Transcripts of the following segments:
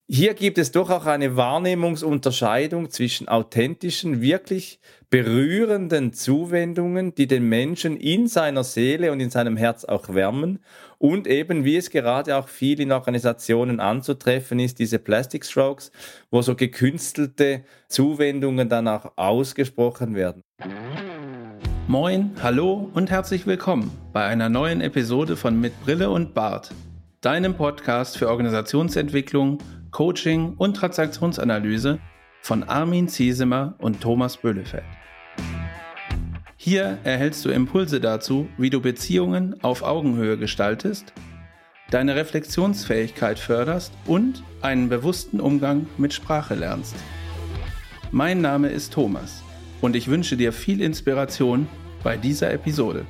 Hier gibt es doch auch eine Wahrnehmungsunterscheidung zwischen authentischen, wirklich berührenden Zuwendungen, die den Menschen in seiner Seele und in seinem Herz auch wärmen, und eben, wie es gerade auch viel in Organisationen anzutreffen ist, diese Plastic Strokes, wo so gekünstelte Zuwendungen dann auch ausgesprochen werden. Moin, hallo und herzlich willkommen bei einer neuen Episode von Mit Brille und Bart, deinem Podcast für Organisationsentwicklung, Coaching und Transaktionsanalyse von Armin Ziesemer und Thomas Böhlefeld. Hier erhältst du Impulse dazu, wie du Beziehungen auf Augenhöhe gestaltest, deine Reflexionsfähigkeit förderst und einen bewussten Umgang mit Sprache lernst. Mein Name ist Thomas und ich wünsche dir viel Inspiration bei dieser Episode.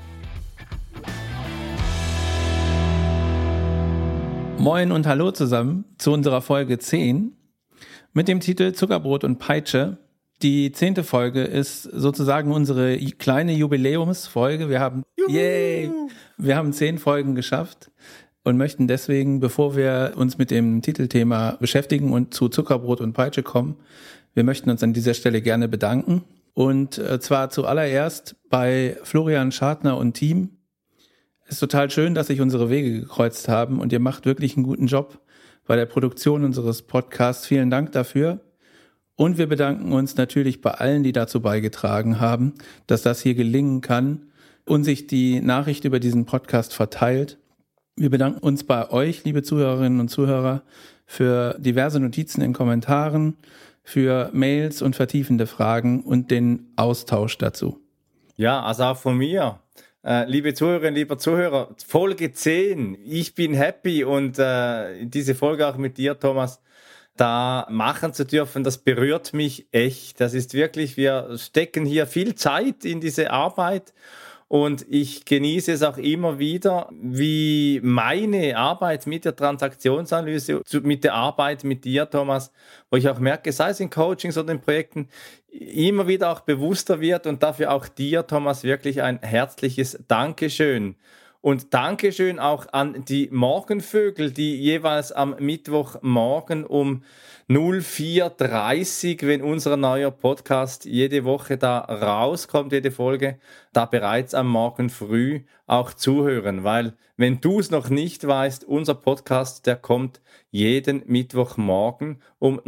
Moin und hallo zusammen zu unserer Folge 10 mit dem Titel Zuckerbrot und Peitsche. Die 10. Folge ist sozusagen unsere kleine Jubiläumsfolge. Wir haben 10 Folgen geschafft und möchten deswegen, bevor wir uns mit dem Titelthema beschäftigen und zu Zuckerbrot und Peitsche kommen, wir möchten uns an dieser Stelle gerne bedanken. Und zwar zuallererst bei Florian Schartner und Team. Es ist total schön, dass sich unsere Wege gekreuzt haben und ihr macht wirklich einen guten Job bei der Produktion unseres Podcasts. Vielen Dank dafür. Und wir bedanken uns natürlich bei allen, die dazu beigetragen haben, dass das hier gelingen kann und sich die Nachricht über diesen Podcast verteilt. Wir bedanken uns bei euch, liebe Zuhörerinnen und Zuhörer, für diverse Notizen in Kommentaren, für Mails und vertiefende Fragen und den Austausch dazu. Ja, also auch von mir. Liebe Zuhörerinnen, lieber Zuhörer, Folge 10. Ich bin happy und diese Folge auch mit dir, Thomas, da machen zu dürfen, das berührt mich echt. Das ist wirklich, wir stecken hier viel Zeit in diese Arbeit. Und ich genieße es auch immer wieder, wie meine Arbeit mit der Transaktionsanalyse, mit der Arbeit mit dir, Thomas, wo ich auch merke, sei es in Coachings oder in Projekten, immer wieder auch bewusster wird, und dafür auch dir, Thomas, wirklich ein herzliches Dankeschön. Und Dankeschön auch an die Morgenvögel, die jeweils am Mittwochmorgen um 04:30, wenn unser neuer Podcast jede Woche da rauskommt, jede Folge, da bereits am Morgen früh auch zuhören. Weil, wenn du es noch nicht weißt, unser Podcast, der kommt jeden Mittwochmorgen um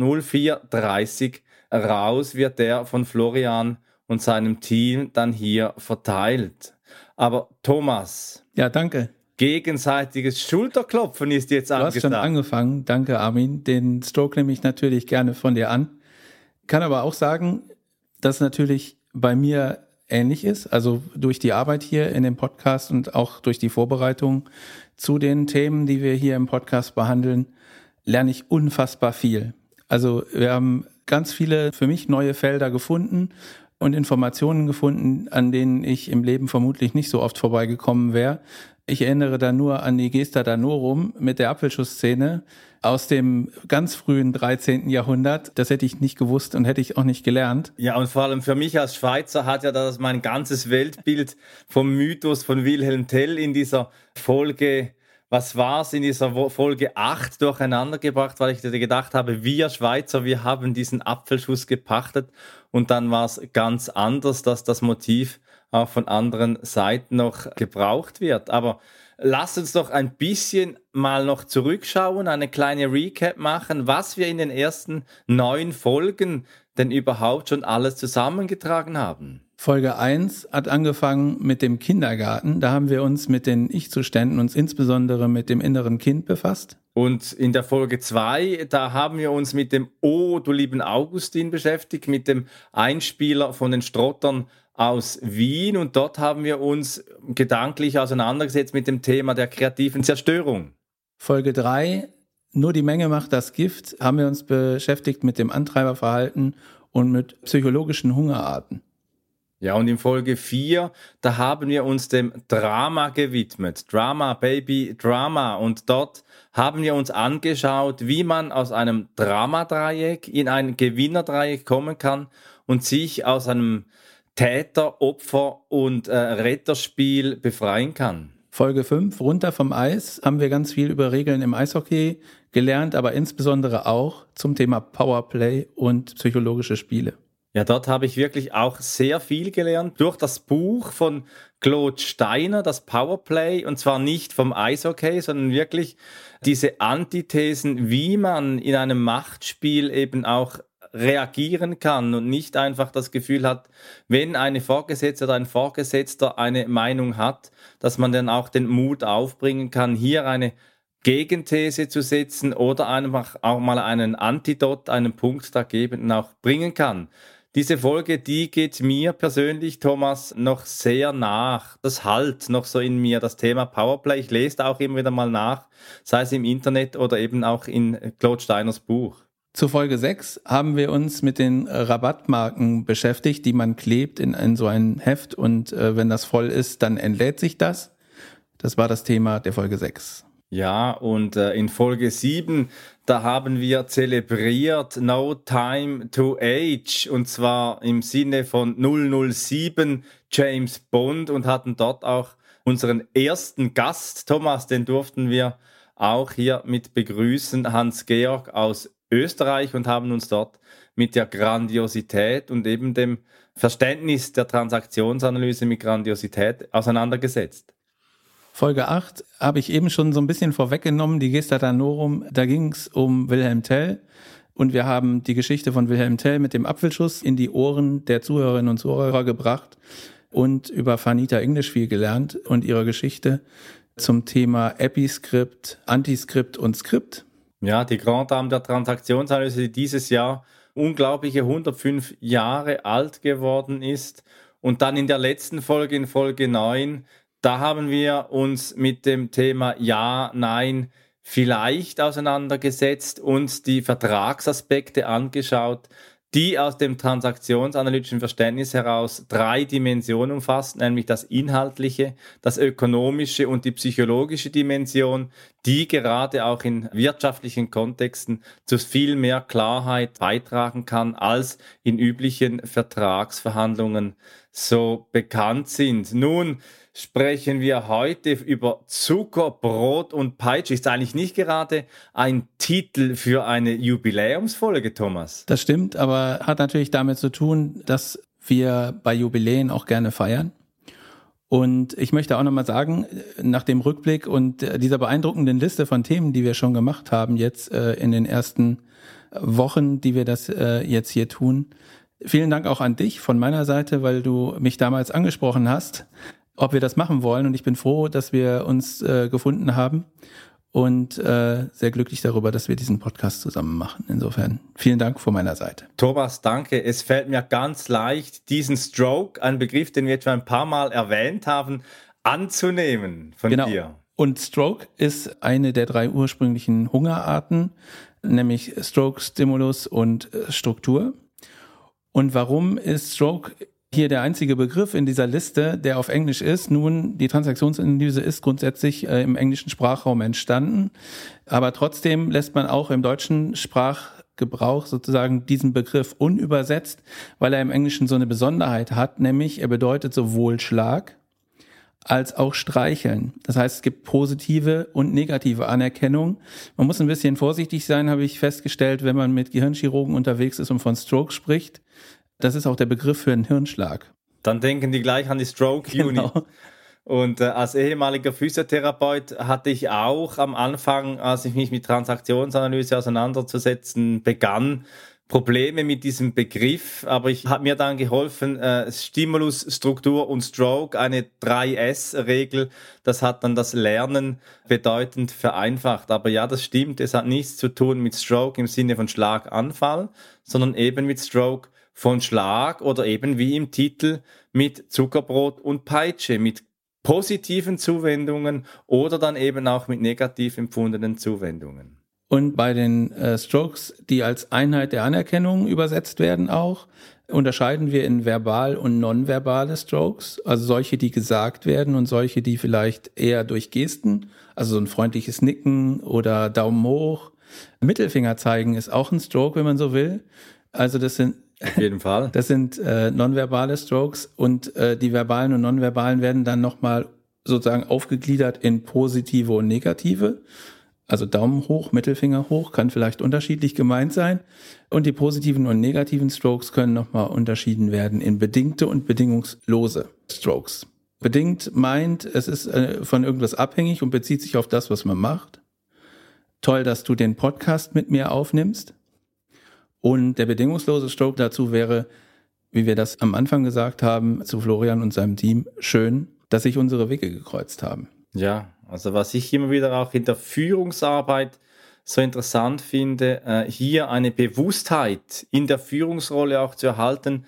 04:30 raus, wird der von Florian und seinem Team dann hier verteilt. Aber Thomas. Ja, danke. Gegenseitiges Schulterklopfen ist jetzt angesagt. Du hast schon angefangen. Danke, Armin. Den Stroke nehme ich natürlich gerne von dir an. Kann aber auch sagen, dass natürlich bei mir ähnlich ist. Also durch die Arbeit hier in dem Podcast und auch durch die Vorbereitung zu den Themen, die wir hier im Podcast behandeln, lerne ich unfassbar viel. Also wir haben ganz viele für mich neue Felder gefunden und Informationen gefunden, an denen ich im Leben vermutlich nicht so oft vorbeigekommen wäre. Ich erinnere da nur an die Gesta Danorum mit der Apfelschussszene aus dem ganz frühen 13. Jahrhundert. Das hätte ich nicht gewusst und hätte ich auch nicht gelernt. Ja, und vor allem für mich als Schweizer hat ja das mein ganzes Weltbild vom Mythos von Wilhelm Tell in dieser Folge, was war's, in dieser Folge 8 durcheinander gebracht, weil ich gedacht habe, wir Schweizer, wir haben diesen Apfelschuss gepachtet, und dann war es ganz anders, dass das Motiv auch von anderen Seiten noch gebraucht wird. Aber lasst uns doch ein bisschen mal noch zurückschauen, eine kleine Recap machen, was wir in den ersten 9 Folgen denn überhaupt schon alles zusammengetragen haben. Folge 1 hat angefangen mit dem Kindergarten. Da haben wir uns mit den Ich-Zuständen, uns insbesondere mit dem inneren Kind befasst. Und in der Folge 2, da haben wir uns mit dem Oh, du lieben Augustin beschäftigt, mit dem Einspieler von den Strottern aus Wien. Und dort haben wir uns gedanklich auseinandergesetzt mit dem Thema der kreativen Zerstörung. Folge 3, nur die Menge macht das Gift, haben wir uns beschäftigt mit dem Antreiberverhalten und mit psychologischen Hungerarten. Ja, und in Folge 4, da haben wir uns dem Drama gewidmet. Drama, Baby, Drama. Und dort haben wir uns angeschaut, wie man aus einem Dramadreieck in ein Gewinnerdreieck kommen kann und sich aus einem Täter-, Opfer- und Retterspiel befreien kann. Folge 5, runter vom Eis, haben wir ganz viel über Regeln im Eishockey gelernt, aber insbesondere auch zum Thema Powerplay und psychologische Spiele. Ja, dort habe ich wirklich auch sehr viel gelernt durch das Buch von Claude Steiner, das Powerplay, und zwar nicht vom Eishockey, sondern wirklich diese Antithesen, wie man in einem Machtspiel eben auch reagieren kann und nicht einfach das Gefühl hat, wenn eine Vorgesetzte oder ein Vorgesetzter eine Meinung hat, dass man dann auch den Mut aufbringen kann, hier eine Gegenthese zu setzen oder einfach auch mal einen Antidot, einen Punkt dagegen auch bringen kann. Diese Folge, die geht mir persönlich, Thomas, noch sehr nach. Das halt noch so in mir, das Thema Powerplay. Ich lese da auch immer wieder mal nach, sei es im Internet oder eben auch in Claude Steiners Buch. Zu Folge 6 haben wir uns mit den Rabattmarken beschäftigt, die man klebt in so ein Heft und wenn das voll ist, dann entlädt sich das. Das war das Thema der Folge 6. Ja, und in Folge 7, da haben wir zelebriert No Time to Age, und zwar im Sinne von 007 James Bond, und hatten dort auch unseren ersten Gast, Thomas, den durften wir auch hier mit begrüßen, Hans-Georg aus Österreich, und haben uns dort mit der Grandiosität und eben dem Verständnis der Transaktionsanalyse mit Grandiosität auseinandergesetzt. Folge 8 habe ich eben schon so ein bisschen vorweggenommen, die Gesta Danorum, da ging es um Wilhelm Tell und wir haben die Geschichte von Wilhelm Tell mit dem Apfelschuss in die Ohren der Zuhörerinnen und Zuhörer gebracht und über Vanita English viel gelernt und ihre Geschichte zum Thema Episkript, Antiskript und Skript. Ja, die Grand Dame der Transaktionsanalyse, die dieses Jahr unglaubliche 105 Jahre alt geworden ist. Und dann in der letzten Folge, in Folge 9, da haben wir uns mit dem Thema Ja, Nein, vielleicht auseinandergesetzt und die Vertragsaspekte angeschaut, die aus dem transaktionsanalytischen Verständnis heraus 3 Dimensionen umfasst, nämlich das inhaltliche, das ökonomische und die psychologische Dimension, die gerade auch in wirtschaftlichen Kontexten zu viel mehr Klarheit beitragen kann, als in üblichen Vertragsverhandlungen so bekannt sind. Nun sprechen wir heute über Zucker, Brot und Peitsche. Ist eigentlich nicht gerade ein Titel für eine Jubiläumsfolge, Thomas? Das stimmt, aber hat natürlich damit zu tun, dass wir bei Jubiläen auch gerne feiern. Und ich möchte auch nochmal sagen, nach dem Rückblick und dieser beeindruckenden Liste von Themen, die wir schon gemacht haben jetzt in den ersten Wochen, die wir das jetzt hier tun, vielen Dank auch an dich von meiner Seite, weil du mich damals angesprochen hast, ob wir das machen wollen. Und ich bin froh, dass wir uns gefunden haben und sehr glücklich darüber, dass wir diesen Podcast zusammen machen. Insofern vielen Dank von meiner Seite. Thomas, danke. Es fällt mir ganz leicht, diesen Stroke, ein Begriff, den wir jetzt schon ein paar Mal erwähnt haben, anzunehmen von dir. Und Stroke ist eine der 3 ursprünglichen Hungerarten, nämlich Stroke, Stimulus und Struktur. Und warum ist Stroke hier der einzige Begriff in dieser Liste, der auf Englisch ist? Nun, die Transaktionsanalyse ist grundsätzlich im englischen Sprachraum entstanden, aber trotzdem lässt man auch im deutschen Sprachgebrauch sozusagen diesen Begriff unübersetzt, weil er im Englischen so eine Besonderheit hat, nämlich er bedeutet sowohl Schlag als auch Streicheln. Das heißt, es gibt positive und negative Anerkennung. Man muss ein bisschen vorsichtig sein, habe ich festgestellt, wenn man mit Gehirnchirurgen unterwegs ist und von Stroke spricht. Das ist auch der Begriff für einen Hirnschlag. Dann denken die gleich an die Stroke Unit. Genau. Und als ehemaliger Physiotherapeut hatte ich auch am Anfang, als ich mich mit Transaktionsanalyse auseinanderzusetzen begann, Probleme mit diesem Begriff, aber ich habe mir dann geholfen, Stimulus, Struktur und Stroke, eine 3S-Regel, das hat dann das Lernen bedeutend vereinfacht. Aber ja, das stimmt, es hat nichts zu tun mit Stroke im Sinne von Schlaganfall, sondern eben mit Stroke von Schlag oder eben wie im Titel mit Zuckerbrot und Peitsche, mit positiven Zuwendungen oder dann eben auch mit negativ empfundenen Zuwendungen. Und bei den Strokes, die als Einheit der Anerkennung übersetzt werden auch, unterscheiden wir in verbal und nonverbale Strokes, also solche, die gesagt werden und solche, die vielleicht eher durch Gesten, also so ein freundliches Nicken oder Daumen hoch. Mittelfinger zeigen ist auch ein Stroke, wenn man so will. Also das sind auf jeden Fall. Das sind nonverbale Strokes und die verbalen und nonverbalen werden dann nochmal sozusagen aufgegliedert in positive und negative. Also Daumen hoch, Mittelfinger hoch, kann vielleicht unterschiedlich gemeint sein. Und die positiven und negativen Strokes können nochmal unterschieden werden in bedingte und bedingungslose Strokes. Bedingt meint, es ist von irgendwas abhängig und bezieht sich auf das, was man macht. Toll, dass du den Podcast mit mir aufnimmst. Und der bedingungslose Stroke dazu wäre, wie wir das am Anfang gesagt haben, zu Florian und seinem Team, schön, dass sich unsere Wege gekreuzt haben. Ja, also was ich immer wieder auch in der Führungsarbeit so interessant finde, hier eine Bewusstheit in der Führungsrolle auch zu erhalten,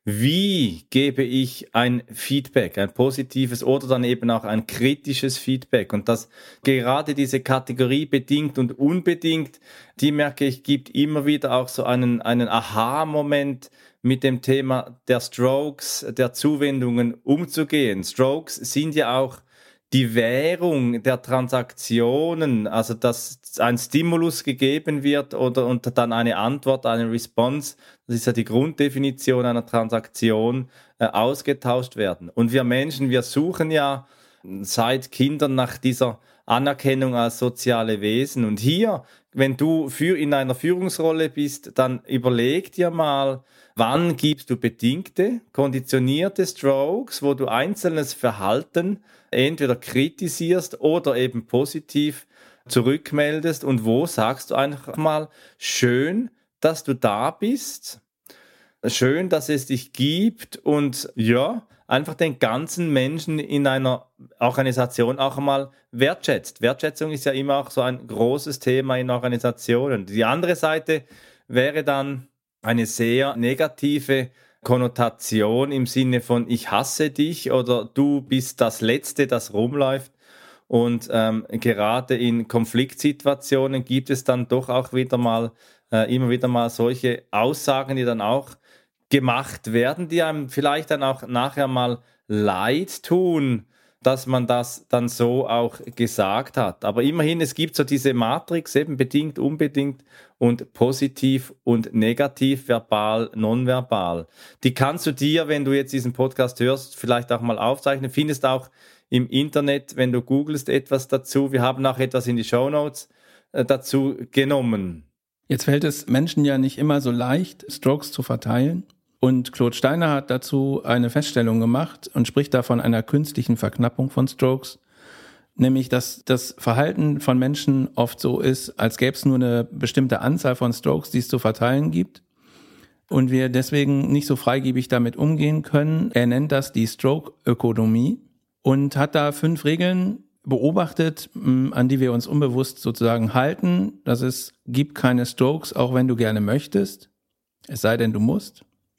wie gebe ich ein Feedback, ein positives oder dann eben auch ein kritisches Feedback. Und dass gerade diese Kategorie bedingt und unbedingt, die merke ich, gibt immer wieder auch so einen Aha-Moment mit dem Thema der Strokes, der Zuwendungen umzugehen. Strokes sind ja auch die Währung der Transaktionen, also dass ein Stimulus gegeben wird und dann eine Antwort, eine Response, das ist ja die Grunddefinition einer Transaktion, ausgetauscht werden. Und wir Menschen, wir suchen ja seit Kindern nach dieser Anerkennung als soziale Wesen. Und hier, wenn du in einer Führungsrolle bist, dann überleg dir mal, wann gibst du bedingte, konditionierte Strokes, wo du einzelnes Verhalten entweder kritisierst oder eben positiv zurückmeldest und wo sagst du einfach mal, schön, dass du da bist, schön, dass es dich gibt und ja, einfach den ganzen Menschen in einer Organisation auch einmal wertschätzt. Wertschätzung ist ja immer auch so ein großes Thema in Organisationen. Die andere Seite wäre dann eine sehr negative Konnotation im Sinne von ich hasse dich oder du bist das Letzte, das rumläuft. Und gerade in Konfliktsituationen gibt es dann doch auch immer wieder mal solche Aussagen, die dann auch gemacht werden, die einem vielleicht dann auch nachher mal leid tun, dass man das dann so auch gesagt hat. Aber immerhin, es gibt so diese Matrix, eben bedingt, unbedingt und positiv und negativ, verbal, nonverbal. Die kannst du dir, wenn du jetzt diesen Podcast hörst, vielleicht auch mal aufzeichnen. Findest auch im Internet, wenn du googelst, etwas dazu. Wir haben auch etwas in die Shownotes dazu genommen. Jetzt fällt es Menschen ja nicht immer so leicht, Strokes zu verteilen. Und Claude Steiner hat dazu eine Feststellung gemacht und spricht da von einer künstlichen Verknappung von Strokes, nämlich dass das Verhalten von Menschen oft so ist, als gäbe es nur eine bestimmte Anzahl von Strokes, die es zu verteilen gibt und wir deswegen nicht so freigebig damit umgehen können. Er nennt das die Stroke-Ökonomie und hat da 5 Regeln beobachtet, an die wir uns unbewusst sozusagen halten. Das ist, gib keine Strokes, auch wenn du gerne möchtest, es sei denn, du musst.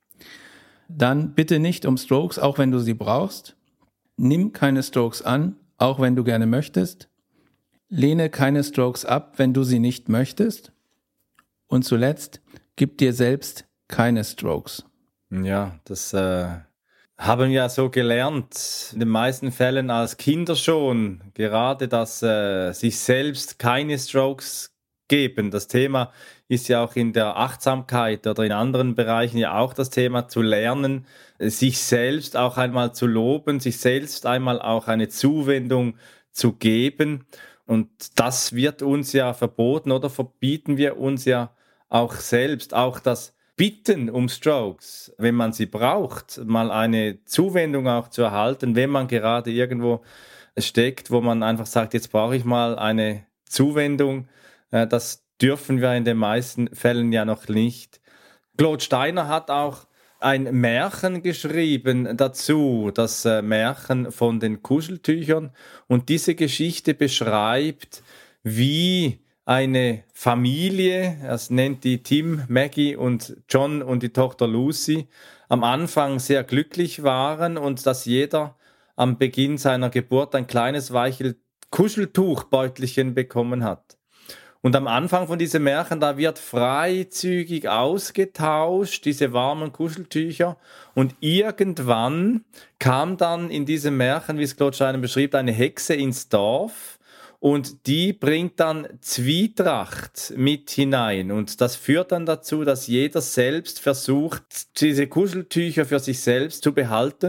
Dann bitte nicht um Strokes, auch wenn du sie brauchst. Nimm keine Strokes an, auch wenn du gerne möchtest. Lehne keine Strokes ab, wenn du sie nicht möchtest. Und zuletzt, gib dir selbst keine Strokes. Ja, das haben wir ja so gelernt, in den meisten Fällen als Kinder schon, gerade dass sich selbst keine Strokes geben. Das Thema ist ja auch in der Achtsamkeit oder in anderen Bereichen ja auch das Thema zu lernen, sich selbst auch einmal zu loben, sich selbst einmal auch eine Zuwendung zu geben. Und das wird uns ja verboten oder verbieten wir uns ja auch selbst, auch das Bitten um Strokes, wenn man sie braucht, mal eine Zuwendung auch zu erhalten, wenn man gerade irgendwo steckt, wo man einfach sagt, jetzt brauche ich mal eine Zuwendung. Das dürfen wir in den meisten Fällen ja noch nicht. Claude Steiner hat auch ein Märchen geschrieben dazu, das Märchen von den Kuscheltüchern. Und diese Geschichte beschreibt, wie eine Familie, es nennt die Tim, Maggie und John und die Tochter Lucy, am Anfang sehr glücklich waren und dass jeder am Beginn seiner Geburt ein kleines weiches Kuscheltuchbeutelchen bekommen hat. Und am Anfang von diesem Märchen, da wird freizügig ausgetauscht, diese warmen Kuscheltücher. Und irgendwann kam dann in diesem Märchen, wie es Claude Steiner beschrieb, eine Hexe ins Dorf. Und die bringt dann Zwietracht mit hinein. Und das führt dann dazu, dass jeder selbst versucht, diese Kuscheltücher für sich selbst zu behalten.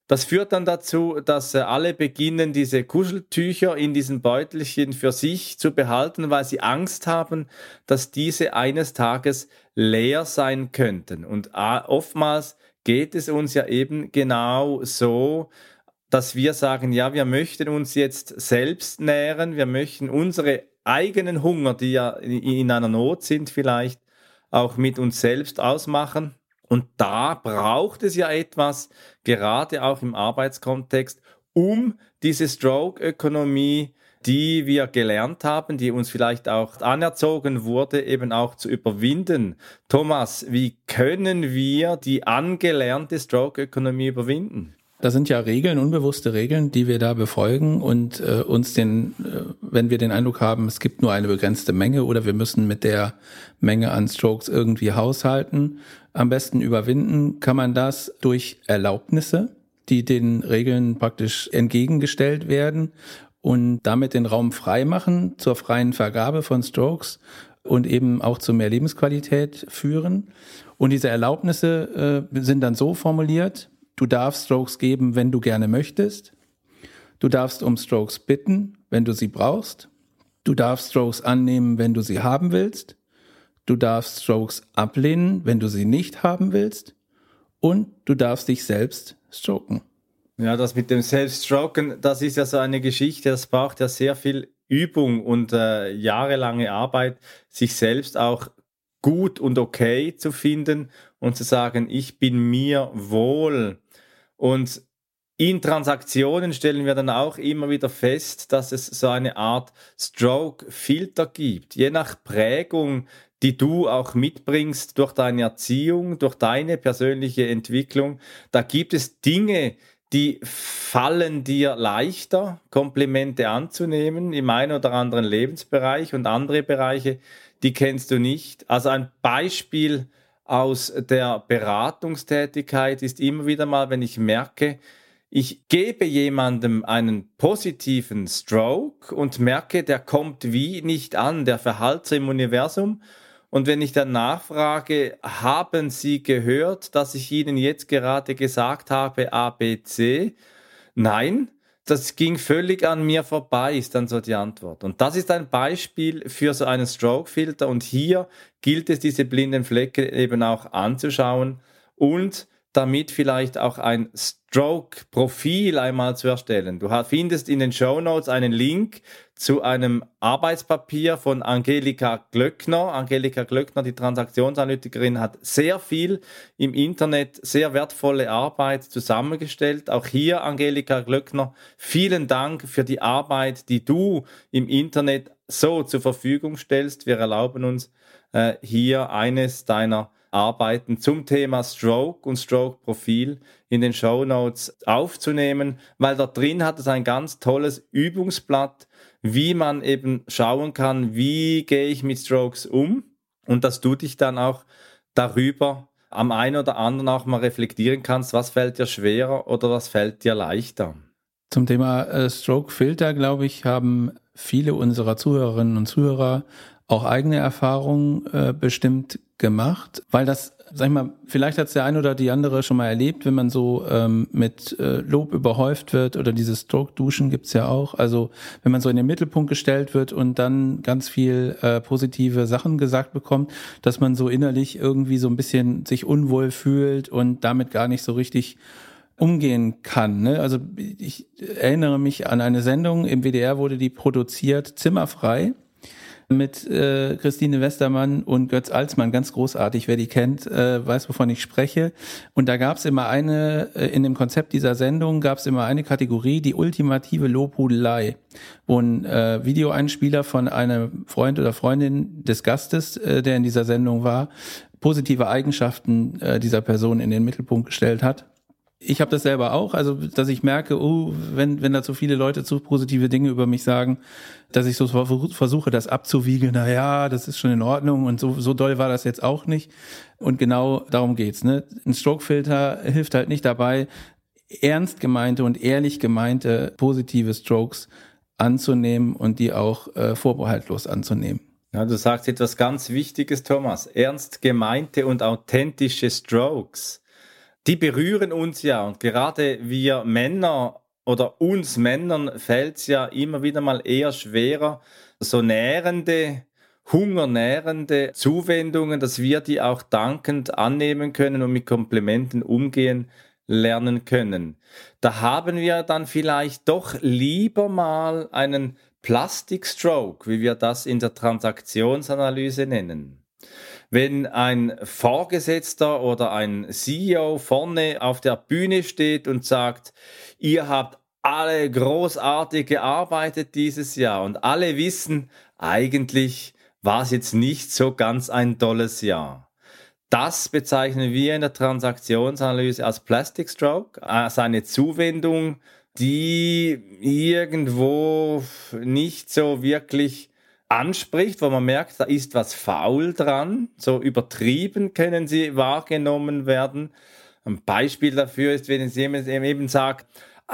Das führt dann dazu, dass alle beginnen, diese Kuscheltücher in diesen Beutelchen für sich zu behalten, weil sie Angst haben, dass diese eines Tages leer sein könnten. Und oftmals geht es uns ja eben genau so, dass wir sagen, ja, wir möchten uns jetzt selbst nähren, wir möchten unsere eigenen Hunger, die ja in einer Not sind vielleicht, auch mit uns selbst ausmachen. Und da braucht es ja etwas, gerade auch im Arbeitskontext, um diese Stroke-Ökonomie, die wir gelernt haben, die uns vielleicht auch anerzogen wurde, eben auch zu überwinden. Thomas, wie können wir die angelernte Stroke-Ökonomie überwinden? Das sind ja Regeln, unbewusste Regeln, die wir da befolgen und wenn wir den Eindruck haben, es gibt nur eine begrenzte Menge oder wir müssen mit der Menge an Strokes irgendwie haushalten, am besten überwinden, kann man das durch Erlaubnisse, die den Regeln praktisch entgegengestellt werden und damit den Raum frei machen zur freien Vergabe von Strokes und eben auch zu mehr Lebensqualität führen. Und diese Erlaubnisse sind dann so formuliert: Du darfst Strokes geben, wenn du gerne möchtest. Du darfst um Strokes bitten, wenn du sie brauchst. Du darfst Strokes annehmen, wenn du sie haben willst. Du darfst Strokes ablehnen, wenn du sie nicht haben willst. Und du darfst dich selbst stroken. Ja, das mit dem Selbststroken, das ist ja so eine Geschichte, das braucht ja sehr viel Übung und jahrelange Arbeit, sich selbst auch gut und okay zu finden und zu sagen, ich bin mir wohl. Und in Transaktionen stellen wir dann auch immer wieder fest, dass es so eine Art Stroke-Filter gibt. Je nach Prägung, die du auch mitbringst durch deine Erziehung, durch deine persönliche Entwicklung, da gibt es Dinge, die fallen dir leichter, Komplimente anzunehmen im einen oder anderen Lebensbereich, und andere Bereiche, die kennst du nicht. Also ein Beispiel aus der Beratungstätigkeit ist immer wieder mal, wenn ich merke, ich gebe jemandem einen positiven Stroke und merke, der kommt wie nicht an, der verhallt so im Universum. Und wenn ich dann nachfrage, haben Sie gehört, dass ich Ihnen jetzt gerade gesagt habe, A, B, C? Nein, das ging völlig an mir vorbei, ist dann so die Antwort. Und das ist ein Beispiel für so einen Stroke-Filter. Und hier gilt es, diese blinden Flecke eben auch anzuschauen und damit vielleicht auch ein Stroke-Profil einmal zu erstellen. Du findest in den Shownotes einen Link zu einem Arbeitspapier von Angelika Glöckner. Angelika Glöckner, die Transaktionsanalytikerin, hat sehr viel im Internet, sehr wertvolle Arbeit zusammengestellt. Auch hier, Angelika Glöckner, vielen Dank für die Arbeit, die du im Internet so zur Verfügung stellst. Wir erlauben uns hier eines deiner Arbeiten zum Thema Stroke und Stroke-Profil in den Shownotes aufzunehmen, weil da drin hat es ein ganz tolles Übungsblatt, wie man eben schauen kann, wie gehe ich mit Strokes um, und dass du dich dann auch darüber am einen oder anderen auch mal reflektieren kannst, was fällt dir schwerer oder was fällt dir leichter. Zum Thema Stroke-Filter, glaube ich, haben viele unserer Zuhörerinnen und Zuhörer auch eigene Erfahrungen bestimmt gemacht, weil das, sag ich mal, vielleicht hat es der eine oder die andere schon mal erlebt, wenn man so mit Lob überhäuft wird, oder dieses Stroke-Duschen gibt's ja auch, also wenn man so in den Mittelpunkt gestellt wird und dann ganz viel positive Sachen gesagt bekommt, dass man so innerlich irgendwie so ein bisschen sich unwohl fühlt und damit gar nicht so richtig umgehen kann. Ne? Also ich erinnere mich an eine Sendung, im WDR wurde die produziert, Zimmerfrei, mit Christine Westermann und Götz Alsmann, ganz großartig, wer die kennt, weiß, wovon ich spreche. Und da gab es immer in dem Konzept dieser Sendung gab es immer eine Kategorie, die ultimative Lobhudelei, wo ein Videoeinspieler von einem Freund oder Freundin des Gastes, der in dieser Sendung war, positive Eigenschaften dieser Person in den Mittelpunkt gestellt hat. Ich habe das selber auch, also dass ich merke, wenn da zu viele Leute zu positive Dinge über mich sagen, dass ich so versuche, das abzuwiegeln, naja, das ist schon in Ordnung und so doll war das jetzt auch nicht. Und genau darum geht's. Ne? Ein Stroke-Filter hilft halt nicht dabei, ernst gemeinte und ehrlich gemeinte positive Strokes anzunehmen und die auch vorbehaltlos anzunehmen. Ja, du sagst etwas ganz Wichtiges, Thomas. Ernst gemeinte und authentische Strokes. die berühren uns ja. Und gerade wir Männer oder uns Männern fällt es ja immer wieder mal eher schwerer, so hungernährende Zuwendungen, dass wir die auch dankend annehmen können und mit Komplimenten umgehen lernen können. Da haben wir dann vielleicht doch lieber mal einen Plastic Stroke, wie wir das in der Transaktionsanalyse nennen. Wenn ein Vorgesetzter oder ein CEO vorne auf der Bühne steht und sagt, ihr habt alle großartig gearbeitet dieses Jahr und alle wissen, eigentlich war es jetzt nicht so ganz ein tolles Jahr. Das bezeichnen wir in der Transaktionsanalyse als Plastic Stroke, als eine Zuwendung, die irgendwo nicht so wirklich anspricht, wo man merkt, da ist was faul dran, so übertrieben können sie wahrgenommen werden. Ein Beispiel dafür ist, wenn jemand eben sagt,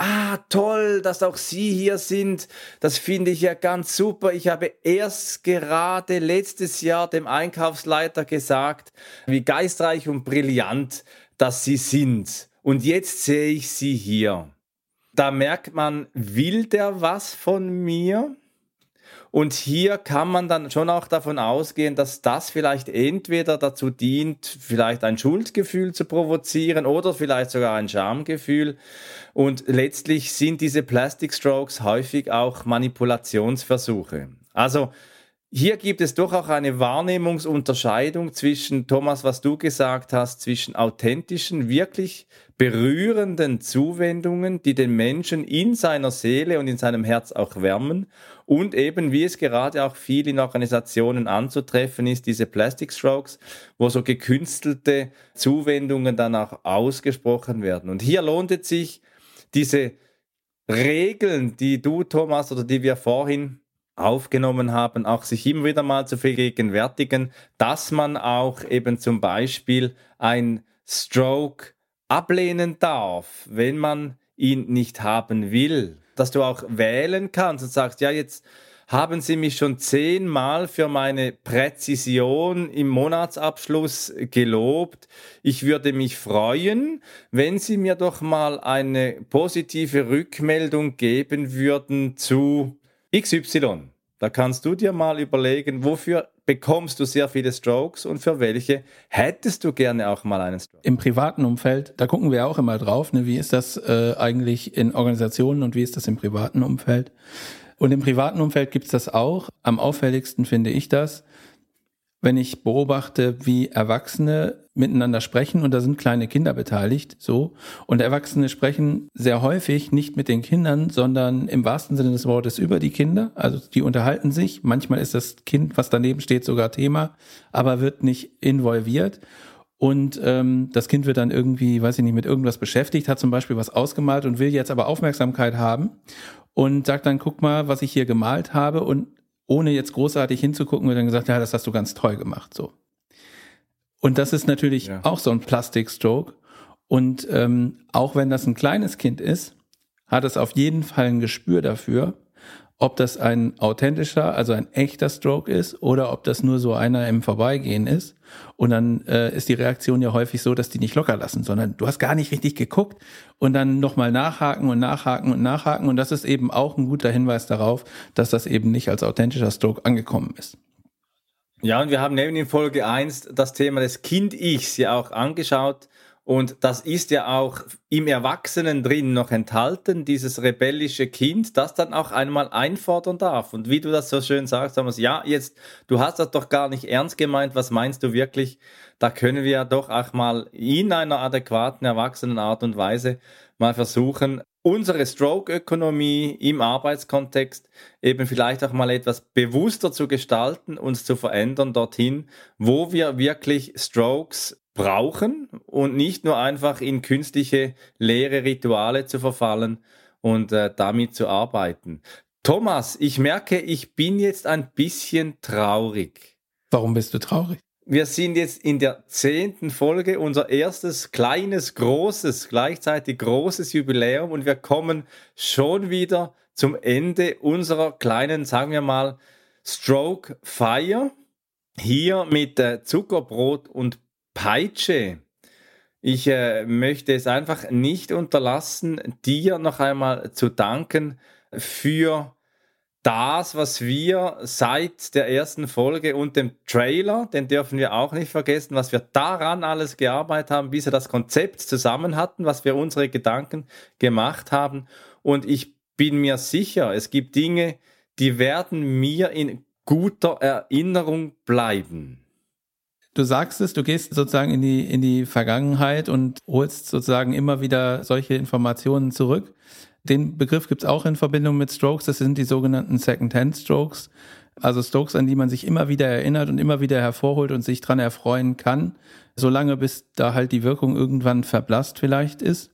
toll, dass auch Sie hier sind. Das finde ich ja ganz super. Ich habe erst gerade letztes Jahr dem Einkaufsleiter gesagt, wie geistreich und brillant, dass Sie sind. Und jetzt sehe ich Sie hier. Da merkt man, will der was von mir? Und hier kann man dann schon auch davon ausgehen, dass das vielleicht entweder dazu dient, vielleicht ein Schuldgefühl zu provozieren oder vielleicht sogar ein Schamgefühl. Und letztlich sind diese Plastic Strokes häufig auch Manipulationsversuche. Also hier gibt es doch auch eine Wahrnehmungsunterscheidung zwischen, Thomas, was du gesagt hast, zwischen authentischen, wirklich berührenden Zuwendungen, die den Menschen in seiner Seele und in seinem Herz auch wärmen und eben, wie es gerade auch viel in Organisationen anzutreffen ist, diese Plastic Strokes, wo so gekünstelte Zuwendungen dann auch ausgesprochen werden. Und hier lohnt es sich, diese Regeln, die du, Thomas, oder die wir vorhin aufgenommen haben, auch sich immer wieder mal zu vergegenwärtigen, dass man auch eben zum Beispiel ein Stroke ablehnen darf, wenn man ihn nicht haben will. Dass du auch wählen kannst und sagst, ja, jetzt haben Sie mich schon 10-mal für meine Präzision im Monatsabschluss gelobt. Ich würde mich freuen, wenn Sie mir doch mal eine positive Rückmeldung geben würden zu XY. Da kannst du dir mal überlegen, wofür bekommst du sehr viele Strokes und für welche hättest du gerne auch mal einen Stroke. Im privaten Umfeld, da gucken wir auch immer drauf, ne? Wie ist das eigentlich in Organisationen und wie ist das im privaten Umfeld? Und im privaten Umfeld gibt's das auch. Am auffälligsten finde ich das, wenn ich beobachte, wie Erwachsene miteinander sprechen und da sind kleine Kinder beteiligt, so. Und Erwachsene sprechen sehr häufig nicht mit den Kindern, sondern im wahrsten Sinne des Wortes über die Kinder. Also die unterhalten sich. Manchmal ist das Kind, was daneben steht, sogar Thema, aber wird nicht involviert. Und das Kind wird dann irgendwie, weiß ich nicht, mit irgendwas beschäftigt, hat zum Beispiel was ausgemalt und will jetzt aber Aufmerksamkeit haben und sagt dann, guck mal, was ich hier gemalt habe, und ohne jetzt großartig hinzugucken, wird dann gesagt, ja, das hast du ganz toll gemacht, so. Und das ist natürlich auch so ein Plastic-Stroke. Und auch wenn das ein kleines Kind ist, hat es auf jeden Fall ein Gespür dafür, ob das ein authentischer, also ein echter Stroke ist oder ob das nur so einer im Vorbeigehen ist. Und dann ist die Reaktion ja häufig so, dass die nicht locker lassen, sondern du hast gar nicht richtig geguckt und dann nochmal nachhaken und nachhaken und nachhaken. Und das ist eben auch ein guter Hinweis darauf, dass das eben nicht als authentischer Stroke angekommen ist. Ja, und wir haben eben in Folge 1 das Thema des Kind-Ichs ja auch angeschaut. Und das ist ja auch im Erwachsenen drin noch enthalten, dieses rebellische Kind, das dann auch einmal einfordern darf. Und wie du das so schön sagst, Thomas, ja, jetzt, du hast das doch gar nicht ernst gemeint, was meinst du wirklich? Da können wir ja doch auch mal in einer adäquaten, erwachsenen Art und Weise mal versuchen, unsere Stroke-Ökonomie im Arbeitskontext eben vielleicht auch mal etwas bewusster zu gestalten, uns zu verändern dorthin, wo wir wirklich Strokes brauchen und nicht nur einfach in künstliche leere Rituale zu verfallen und damit zu arbeiten. Thomas, ich merke, ich bin jetzt ein bisschen traurig. Warum bist du traurig? Wir sind jetzt in der 10. Folge, unser erstes kleines, großes, gleichzeitig großes Jubiläum, und wir kommen schon wieder zum Ende unserer kleinen, sagen wir mal, Stroke-Feier. Hier mit Zuckerbrot und Peitsche. Ich möchte es einfach nicht unterlassen, dir noch einmal zu danken für das, was wir seit der ersten Folge und dem Trailer, den dürfen wir auch nicht vergessen, was wir daran alles gearbeitet haben, bis wir das Konzept zusammen hatten, was wir unsere Gedanken gemacht haben. Und ich bin mir sicher, es gibt Dinge, die werden mir in guter Erinnerung bleiben. Du sagst es, du gehst sozusagen in die Vergangenheit und holst sozusagen immer wieder solche Informationen zurück. Den Begriff gibt es auch in Verbindung mit Strokes, das sind die sogenannten Second-Hand-Strokes, also Strokes, an die man sich immer wieder erinnert und immer wieder hervorholt und sich dran erfreuen kann, solange bis da halt die Wirkung irgendwann verblasst vielleicht ist.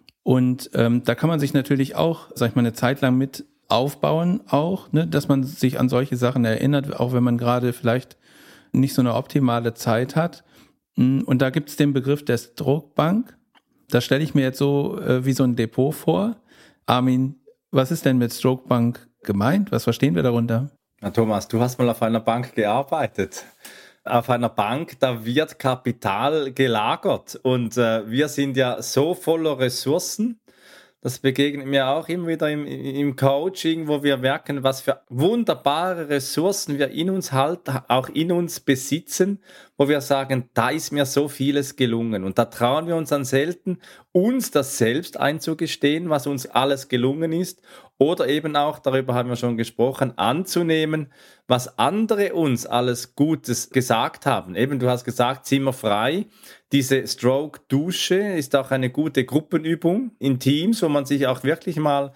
Und da kann man sich natürlich auch, sag ich mal, eine Zeit lang mit aufbauen auch, ne, dass man sich an solche Sachen erinnert, auch wenn man gerade vielleicht nicht so eine optimale Zeit hat. Und da gibt es den Begriff der Stroke Bank. Das stelle ich mir jetzt so wie so ein Depot vor. Armin, was ist denn mit Stroke Bank gemeint? Was verstehen wir darunter? Na Thomas, du hast mal auf einer Bank gearbeitet. Auf einer Bank, da wird Kapital gelagert und wir sind ja so voller Ressourcen. Das begegnet mir auch immer wieder im Coaching, wo wir merken, was für wunderbare Ressourcen wir in uns halt, auch in uns besitzen, wo wir sagen, da ist mir so vieles gelungen. Und da trauen wir uns dann selten, uns das selbst einzugestehen, was uns alles gelungen ist. Oder eben auch, darüber haben wir schon gesprochen, anzunehmen, was andere uns alles Gutes gesagt haben. Eben, du hast gesagt, Zimmer frei. Diese Stroke-Dusche ist auch eine gute Gruppenübung in Teams, wo man sich auch wirklich mal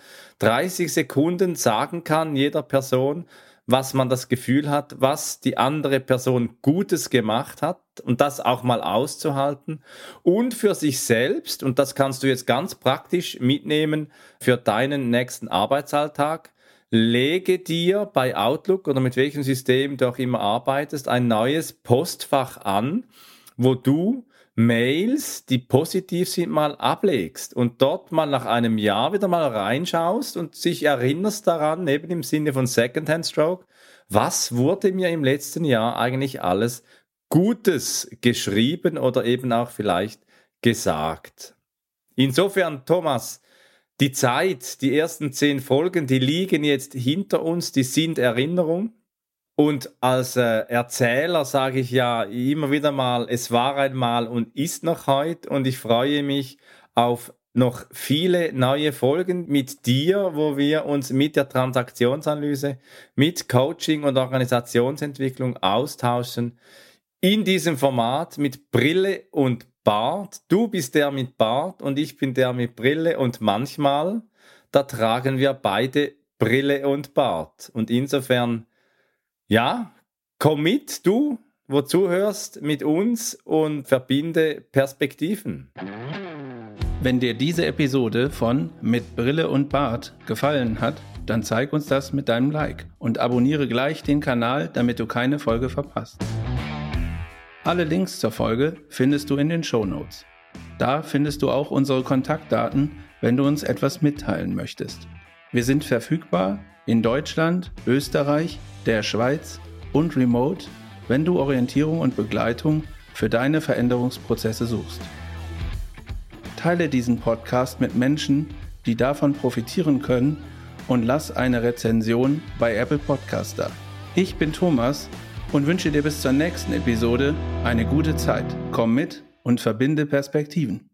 30 Sekunden sagen kann, jeder Person, was man das Gefühl hat, was die andere Person Gutes gemacht hat und das auch mal auszuhalten und für sich selbst, und das kannst du jetzt ganz praktisch mitnehmen für deinen nächsten Arbeitsalltag, lege dir bei Outlook oder mit welchem System du auch immer arbeitest, ein neues Postfach an, wo du Mails, die positiv sind, mal ablegst und dort mal nach einem Jahr wieder mal reinschaust und sich erinnerst daran, eben im Sinne von Second-Hand Stroke, was wurde mir im letzten Jahr eigentlich alles Gutes geschrieben oder eben auch vielleicht gesagt. Insofern, Thomas, die Zeit, die ersten 10 Folgen, die liegen jetzt hinter uns, die sind Erinnerung. Und als Erzähler sage ich ja immer wieder mal, es war einmal und ist noch heute, und ich freue mich auf noch viele neue Folgen mit dir, wo wir uns mit der Transaktionsanalyse, mit Coaching und Organisationsentwicklung austauschen. In diesem Format mit Brille und Bart. Du bist der mit Bart und ich bin der mit Brille, und manchmal, da tragen wir beide Brille und Bart. Und insofern, ja, komm mit, du, wo zuhörst, mit uns und verbinde Perspektiven. Wenn dir diese Episode von Mit Brille und Bart gefallen hat, dann zeig uns das mit deinem Like und abonniere gleich den Kanal, damit du keine Folge verpasst. Alle Links zur Folge findest du in den Shownotes. Da findest du auch unsere Kontaktdaten, wenn du uns etwas mitteilen möchtest. Wir sind verfügbar in Deutschland, Österreich, der Schweiz und remote, wenn du Orientierung und Begleitung für deine Veränderungsprozesse suchst. Teile diesen Podcast mit Menschen, die davon profitieren können, und lass eine Rezension bei Apple Podcast da. Ich bin Thomas und wünsche dir bis zur nächsten Episode eine gute Zeit. Komm mit und verbinde Perspektiven.